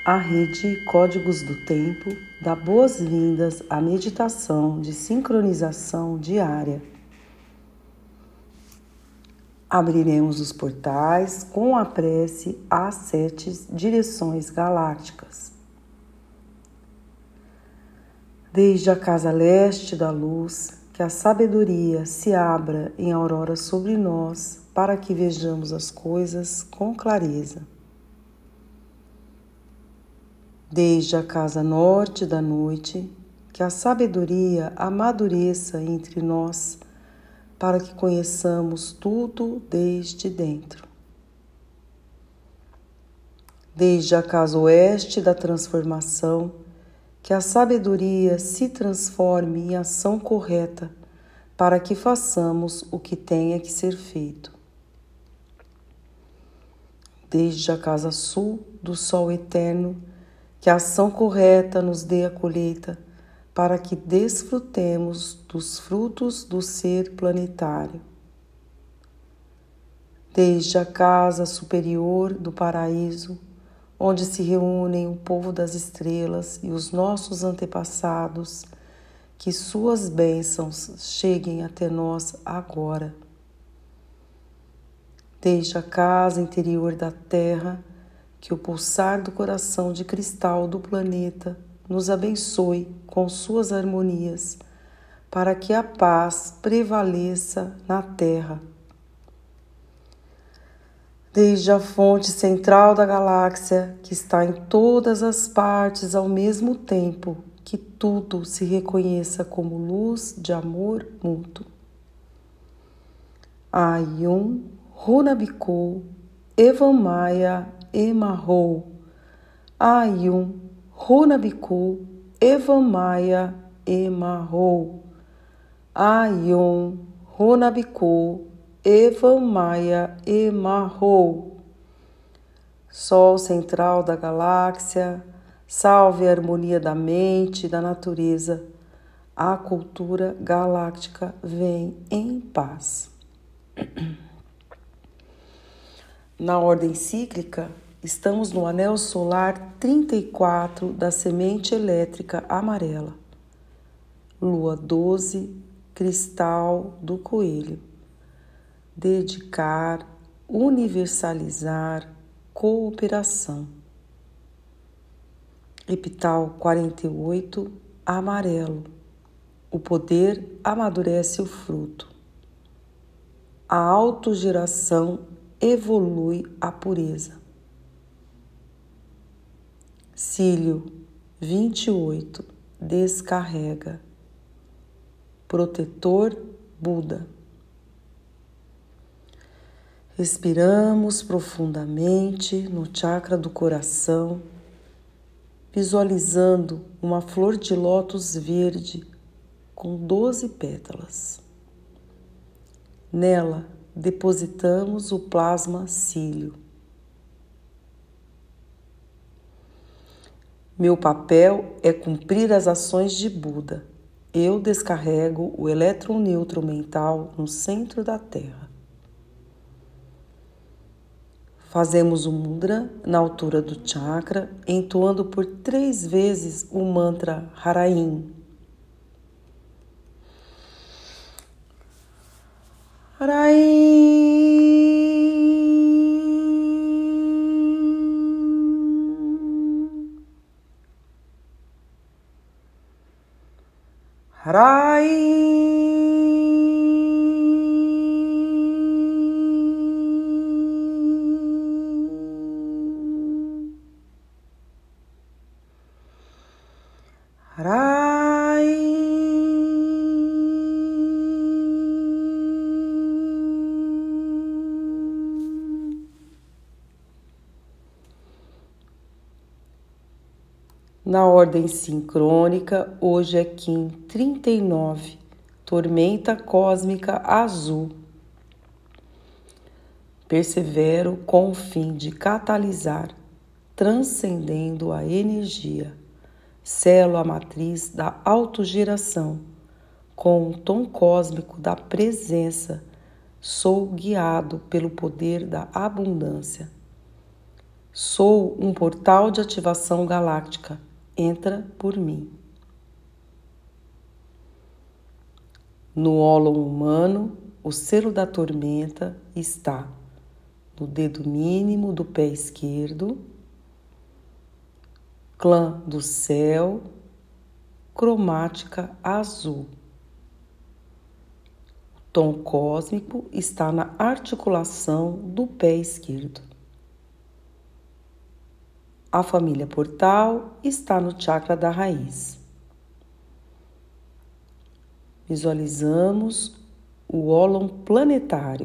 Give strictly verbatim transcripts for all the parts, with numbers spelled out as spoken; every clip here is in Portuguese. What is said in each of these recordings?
A rede Códigos do Tempo dá boas-vindas à meditação de sincronização diária. Abriremos os portais com a prece às sete direções galácticas. Desde a casa leste da luz, que a sabedoria se abra em aurora sobre nós, para que vejamos as coisas com clareza. Desde a casa norte da noite, que a sabedoria amadureça entre nós, para que conheçamos tudo desde dentro. Desde a casa oeste da transformação, que a sabedoria se transforme em ação correta, para que façamos o que tenha que ser feito. Desde a casa sul do sol eterno, que a ação correta nos dê a colheita, para que desfrutemos dos frutos do ser planetário. Desde a casa superior do paraíso, onde se reúnem o povo das estrelas e os nossos antepassados, que suas bênçãos cheguem até nós agora. Desde a casa interior da Terra, que o pulsar do coração de cristal do planeta nos abençoe com suas harmonias, para que a paz prevaleça na Terra. Desde a fonte central da galáxia, que está em todas as partes ao mesmo tempo, que tudo se reconheça como luz de amor mútuo. Ayum Runabiku Evamaya Emarrou, Ayum Runabiku Evamaya Emarrou, Ayum Runabiku Evamaya Emarrou. Sol central da galáxia, salve a harmonia da mente e da natureza. A cultura galáctica vem em paz. Na ordem cíclica, estamos no anel solar trinta e quatro da semente elétrica amarela. Lua doze, cristal do coelho. Dedicar, universalizar, cooperação. Epital quarenta e oito, amarelo. O poder amadurece o fruto. A autogeração evolui a pureza. Cílio vinte e oito, descarrega. Protetor Buda. Respiramos profundamente no chakra do coração, visualizando uma flor de lótus verde com doze pétalas. Nela, depositamos o plasma cílio. Meu papel é cumprir as ações de Buda. Eu descarrego o elétron neutro mental no centro da Terra. Fazemos o mudra na altura do chakra, entoando por três vezes o mantra Haraim. Haraim. Haraim. Na ordem sincrônica, hoje é Kim trinta e nove, tormenta cósmica azul. Persevero com o fim de catalisar, transcendendo a energia. Selo a matriz da autogeração, com o tom cósmico da presença. Sou guiado pelo poder da abundância. Sou um portal de ativação galáctica. Entra por mim. No ólon humano, o selo da tormenta está no dedo mínimo do pé esquerdo, clã do céu, cromática azul. O tom cósmico está na articulação do pé esquerdo. A família portal está no chakra da raiz. Visualizamos o ólon planetário.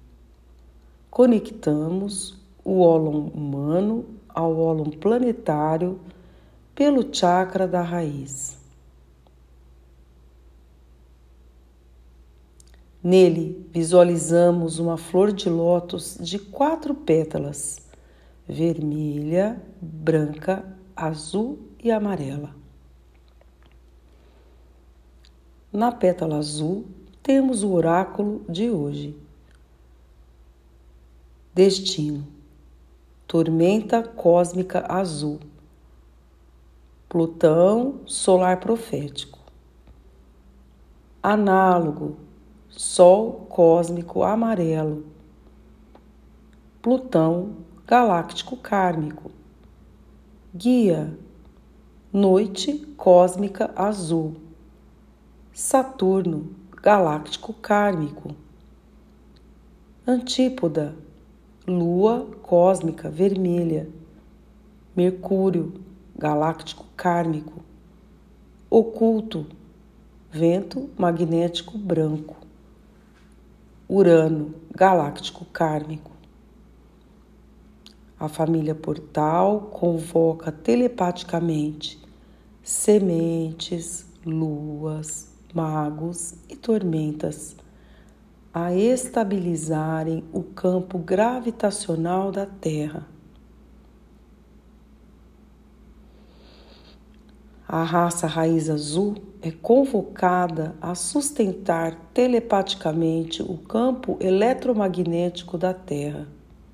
Conectamos o ólon humano ao ólon planetário pelo chakra da raiz. Nele visualizamos uma flor de lótus de quatro pétalas, vermelha, branca, azul e amarela. Na pétala azul temos o oráculo de hoje. Destino: tormenta cósmica azul. Plutão solar profético. Análogo: Sol cósmico amarelo. Plutão galáctico kármico. Guia: noite cósmica azul. Saturno galáctico kármico. Antípoda: lua cósmica vermelha. Mercúrio galáctico kármico. Oculto: vento magnético branco. Urano galáctico kármico. A família portal convoca telepaticamente sementes, luas, magos e tormentas a estabilizarem o campo gravitacional da Terra. A raça raiz azul é convocada a sustentar telepaticamente o campo eletromagnético da Terra.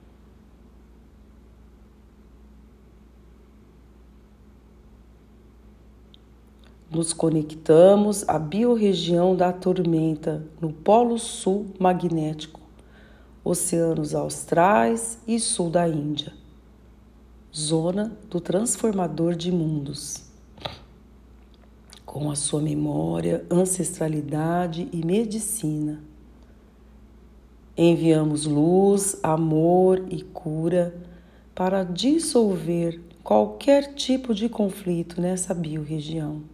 Nos conectamos à biorregião da tormenta no Polo Sul magnético, oceanos austrais e sul da Índia, zona do transformador de mundos. Com a sua memória, ancestralidade e medicina, enviamos luz, amor e cura para dissolver qualquer tipo de conflito nessa biorregião.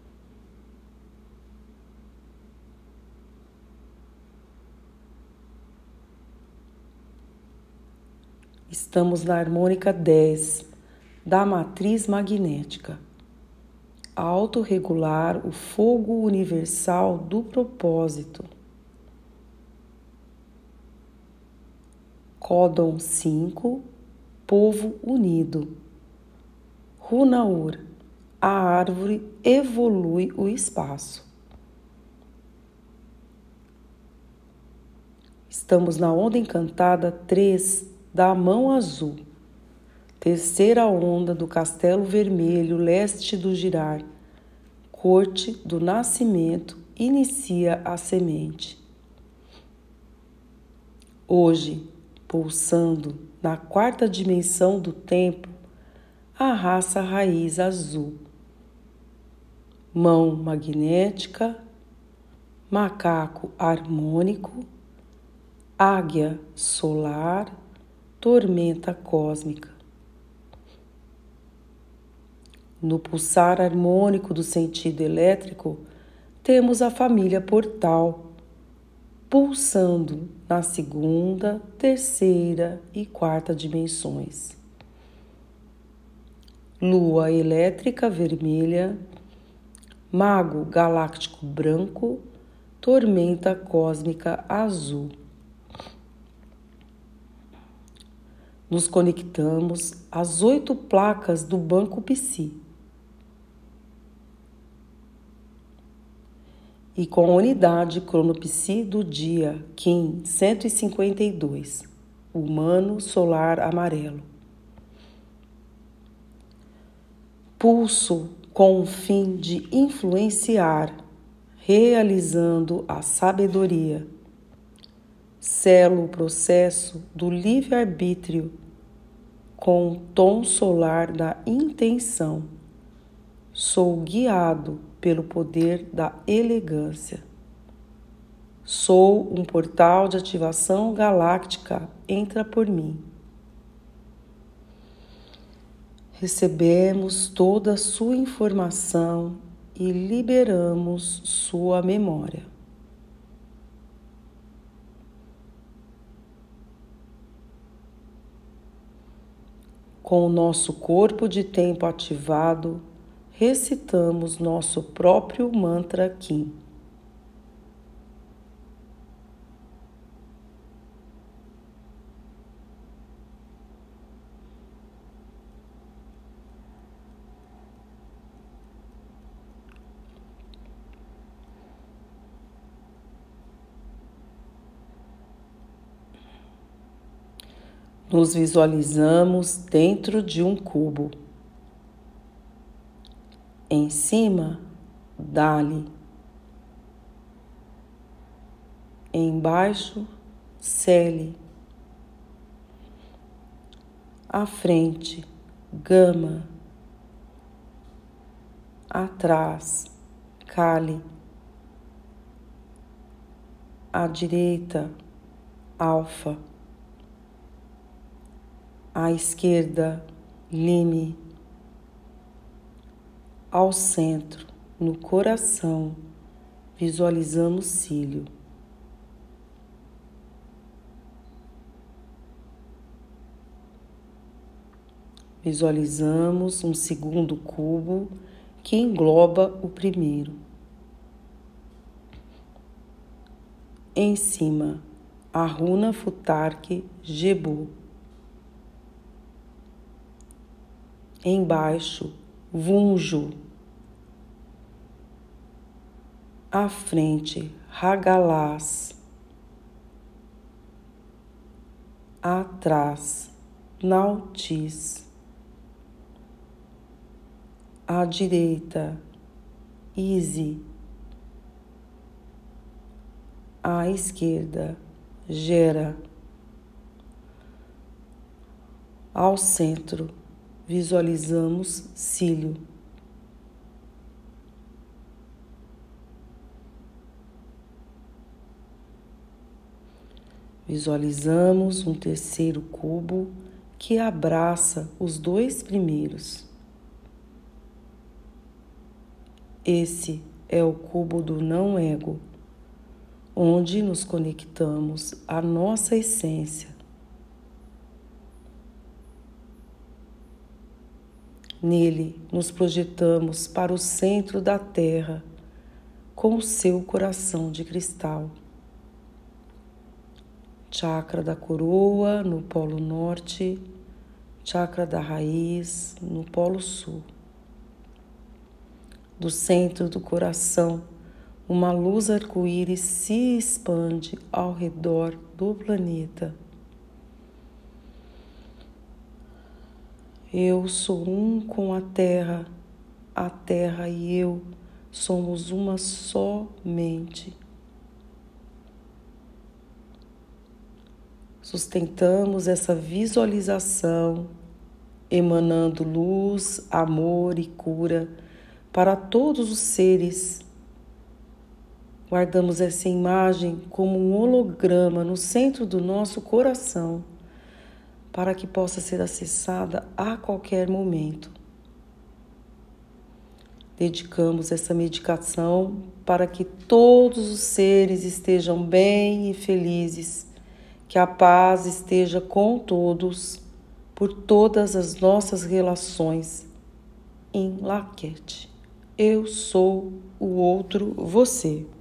Estamos na harmônica dez da matriz magnética. Autorregular o fogo universal do propósito. Códon cinco, povo unido. Runaur, a árvore evolui o espaço. Estamos na onda encantada três da mão azul. Terceira onda do castelo vermelho, leste do girar. Corte do nascimento inicia a semente. Hoje, pulsando na quarta dimensão do tempo, a raça raiz azul. Mão magnética, macaco harmônico, águia solar, tormenta cósmica. No pulsar harmônico do sentido elétrico, temos a família portal, pulsando na segunda, terceira e quarta dimensões. Lua elétrica vermelha, mago galáctico branco, tormenta cósmica azul. Nos conectamos às oito placas do Banco Psi. E com a unidade cronopsi do dia Kim cento e cinquenta e dois, humano solar amarelo. Pulso com o fim de influenciar, realizando a sabedoria. Selo o processo do livre-arbítrio com o tom solar da intenção. Sou guiado pelo poder da elegância. Sou um portal de ativação galáctica, entra por mim. Recebemos toda a sua informação e liberamos sua memória. Com o nosso corpo de tempo ativado, recitamos nosso próprio mantra Kim. Nos visualizamos dentro de um cubo. Em cima, Dali. Embaixo, Cele. À frente, Gama. Atrás, Kali. À direita, Alfa. À esquerda, Lime. Ao centro, no coração, visualizamos Cílio. Visualizamos um segundo cubo que engloba o primeiro. Em cima, a runa Futarque Gebu. Embaixo, Vunjo. À frente, Hagalaz. Atrás, Nautis. À direita, Easy. À esquerda, Gera. Ao centro, visualizamos Cílio. Visualizamos um terceiro cubo que abraça os dois primeiros. Esse é o cubo do não-ego, onde nos conectamos à nossa essência. Nele, nos projetamos para o centro da Terra, com o seu coração de cristal. Chakra da coroa no Polo Norte, chakra da raiz no Polo Sul. Do centro do coração, uma luz arco-íris se expande ao redor do planeta. Eu sou um com a Terra, a Terra e eu somos uma só mente. Sustentamos essa visualização, emanando luz, amor e cura para todos os seres. Guardamos essa imagem como um holograma no centro do nosso coração, para que possa ser acessada a qualquer momento. Dedicamos essa meditação para que todos os seres estejam bem e felizes, que a paz esteja com todos, por todas as nossas relações. Em Laquete, eu sou o outro você.